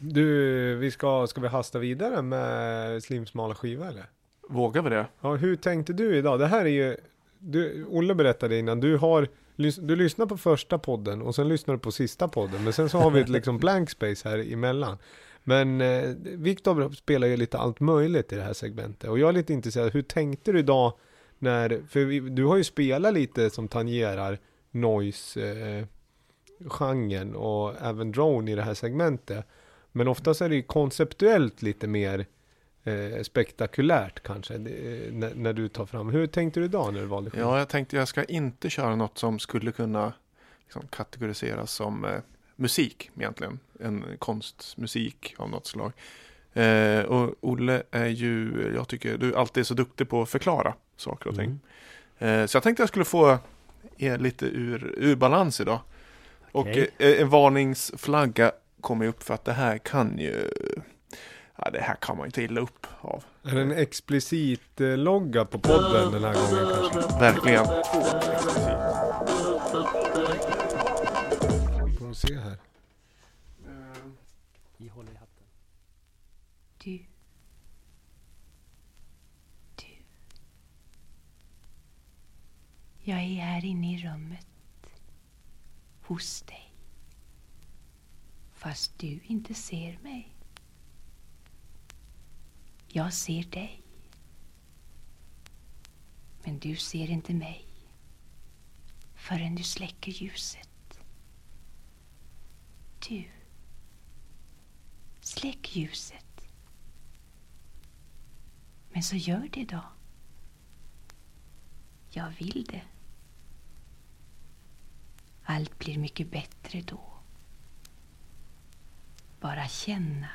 Du, ska vi hasta vidare med slimsmala skiva eller? Vågar vi det? Ja, hur tänkte du idag? Det här är ju, Olle berättade innan, du lyssnar på första podden och sen lyssnar du på sista podden. Men sen så har vi ett liksom blank space här emellan. Men Viktor spelar ju lite allt möjligt i det här segmentet. Och jag är lite intresserad, hur tänkte du idag för du har ju spelat lite som tangerar noise-genren och även drone i det här segmentet. Men oftast är det ju konceptuellt lite mer spektakulärt kanske när du tar fram. Hur tänkte du idag när du valde skiva? Ja, jag tänkte jag ska inte köra något som skulle kunna liksom kategoriseras som musik egentligen. En konstmusik av något slag. Och Olle är ju, jag tycker du alltid är så duktig på att förklara saker och ting. Så jag tänkte jag skulle få lite ur balans idag. Okay. Och en varningsflagga kommer upp för att det här kan ju... Ja, det här kan man inte illa upp av. Är det en explicit logga på podden den här gången kanske? Verkligen. Vi får se här. Vi håller i hatten. Du. Jag är här inne i rummet. Hos dig. Fast du inte ser mig. Jag ser dig. Men du ser inte mig. Förrän du släcker ljuset. Du. Släck ljuset. Men så gör det då. Jag vill det. Allt blir mycket bättre då. Bara känna.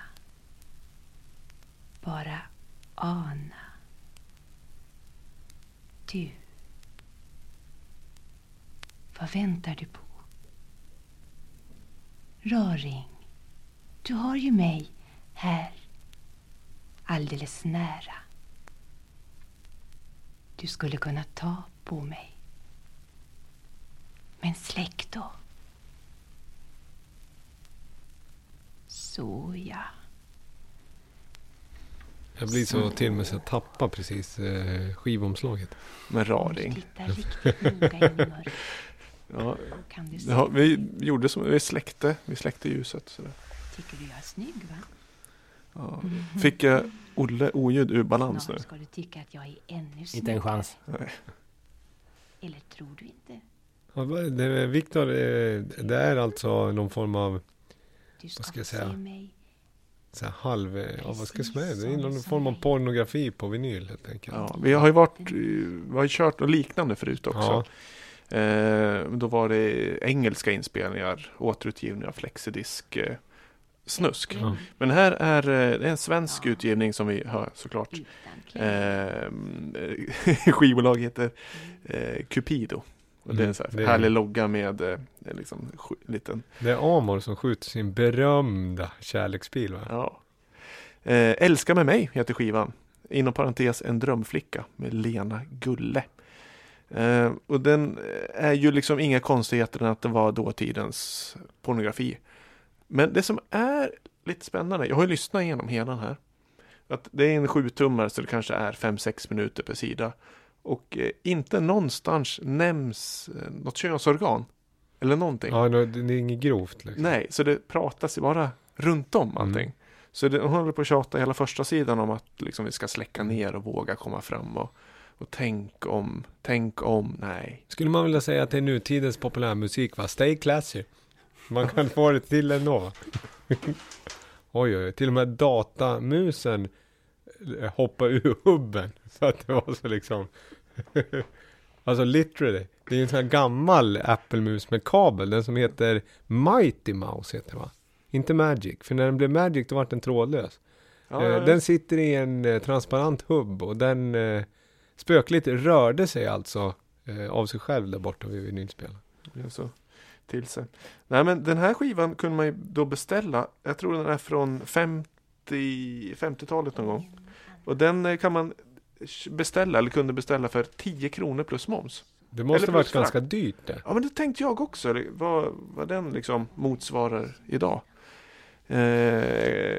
Bara ana. Du. Vad väntar du på? Raring. Du har ju mig här. Alldeles nära. Du skulle kunna ta på mig. Men släck då. Så ja. Jag blir så till med att tappa precis skivomslaget. Med Raring. Titta riktigt noga in i mörkret. Ja, vi gjorde som vi släckte ljuset så där. Tycker du jag är snygg, va? Ja. Fick jag Olle oljud ur balans nu? Ska du tycka att jag är ännu snyggare? Inte en chans. Nej. Eller tror du inte? Ja, Viktor, det är alltså någon form av, Du ska vad ska jag få säga? se mig. Så här vad ska jag säga? Det är någon form av pornografi på vinyl helt enkelt. Ja, vi har ju kört något liknande förut också. Ja. Då var det engelska inspelningar, återutgivningar av Flexidisk snusk. Ja. Men här är det en svensk utgivning som vi hör såklart. Skivbolag heter Cupido. Och det är en så här härlig logga med liksom liten... Det är Amor som skjuter sin berömda kärleksbil, va? Ja. Älska med mig heter skivan. Inom parentes en drömflicka med Lena Gulle. Och den är ju liksom inga konstigheter än att det var dåtidens pornografi. Men det som är lite spännande, jag har ju lyssnat igenom hela den här. Att det är en 7-tummare så det kanske är 5-6 minuter per sida. Och inte någonstans nämns något könsorgan. Eller någonting. Ja, det är inget grovt liksom. Nej, så det pratas bara runt om allting. Så hon håller på att tjata hela första sidan om att liksom, vi ska släcka ner och våga komma fram. Och tänk om, nej. Skulle man vilja säga att det är nutidens populärmusik, va? Stay classy. Man kan få det till ändå. Oj, till och med datamusen hoppa ur hubben. Så att det var så liksom... alltså literally. Det är ju en sån här gammal Apple-mus med kabel. Den som heter Mighty Mouse heter, va? Inte Magic. För när den blev Magic då var den trådlös. Den sitter i en transparent hubb. Och den spökligt rörde sig alltså av sig själv där borta vid vinylspelaren. Så till sig. Nej, men den här skivan kunde man ju då beställa. Jag tror den är från 50-talet någon gång. Och den kan man beställa eller kunde beställa för 10 kronor plus moms. Det måste varit ganska dyrt det. Ja, men det tänkte jag också. Vad den liksom motsvarar idag.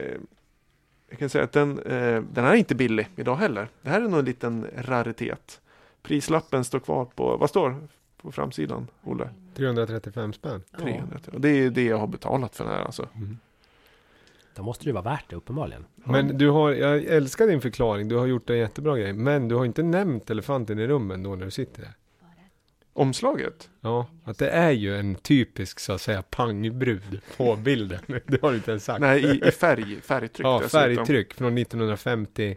kan säga att den är inte billig idag heller. Det här är nog en liten raritet. Prislappen står kvar på, vad står på framsidan, Olle? 335 spänn. 300. Och det är det jag har betalat för den här alltså. Då måste det vara värt det uppenbarligen. Men jag älskar din förklaring. Du har gjort en jättebra grej. Men du har inte nämnt elefanten i rummen då när du sitter där. Omslaget? Ja, att det är ju en typisk så att säga pangbrud på bilden. Det har du inte ens sagt. Nej, i färgtryck. Ja, dessutom. färgtryck från 1950.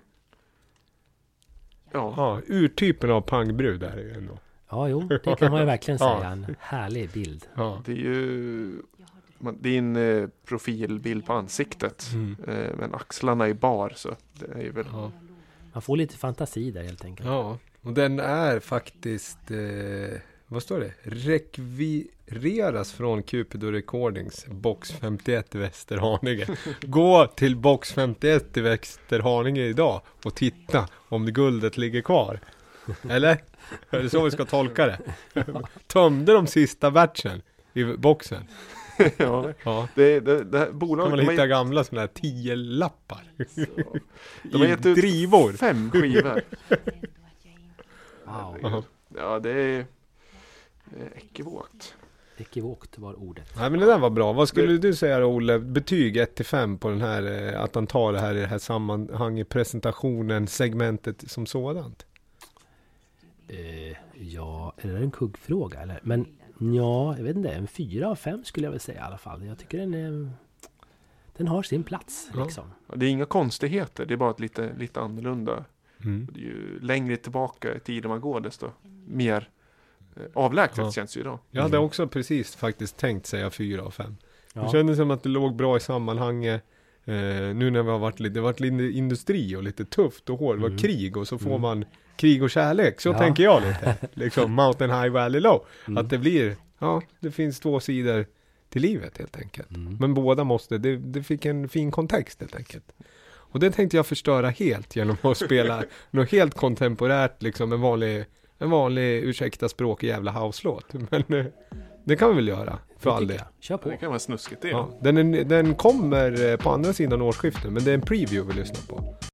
Ja, urtypen av pangbrud är det ju ändå. Ja, jo, det kan man ju verkligen säga. Ja. En härlig bild. Ja. Det är ju det är en profilbild på ansiktet. Men axlarna är bar, så det är ju väl... Ja. Man får lite fantasi där helt enkelt. Ja, och den är faktiskt, vad står det? Rekvireras från Cupido Recordings, box 51 i Västerhaninge. Gå till box 51 i Västerhaninge idag och titta om guldet ligger kvar. Eller? Är det så vi ska tolka det? Tömde de sista batchen i boxen? Ja. Ja. Det här bolaget... Kan man hitta gamla sådana här 10-lappar? De har gett ut drivor. 5 skivor. Wow. Ja, det är ekivokt. Ekivokt var ordet. Nej, men det där var bra. Vad skulle du säga då, Olle? Betyg 1-5 på den här, att han tar det här i det här sammanhanget, presentationen, segmentet som sådant? Ja, är det en kuggfråga eller? Men ja, jag vet inte, en 4 av 5 skulle jag väl säga i alla fall. Jag tycker den har sin plats liksom. Det är inga konstigheter, det är bara ett lite annorlunda. Det är ju längre tillbaka i tiden man går, desto mer avlägset känns det ju idag. Jag hade också precis faktiskt tänkt säga 4 av 5. Ja. Det kändes som att det låg bra i sammanhanget. Nu när vi har varit lite industri och lite tufft och hårt. Det var krig och så får man krig och kärlek. Så tänker jag lite. Liksom Mountain High Valley Low. Att det blir, det finns 2 sidor till livet helt enkelt. Men båda måste, det fick en fin kontext helt enkelt. Och det tänkte jag förstöra helt genom att spela något helt kontemporärt, liksom en vanlig ursäkta språk i jävla house-låt. Men det kan vi väl göra, för all del. Kör på. Det kan vara snuskigt det. Ja, den kommer på andra sidan årsskiftet, men det är en preview vi lyssnar på.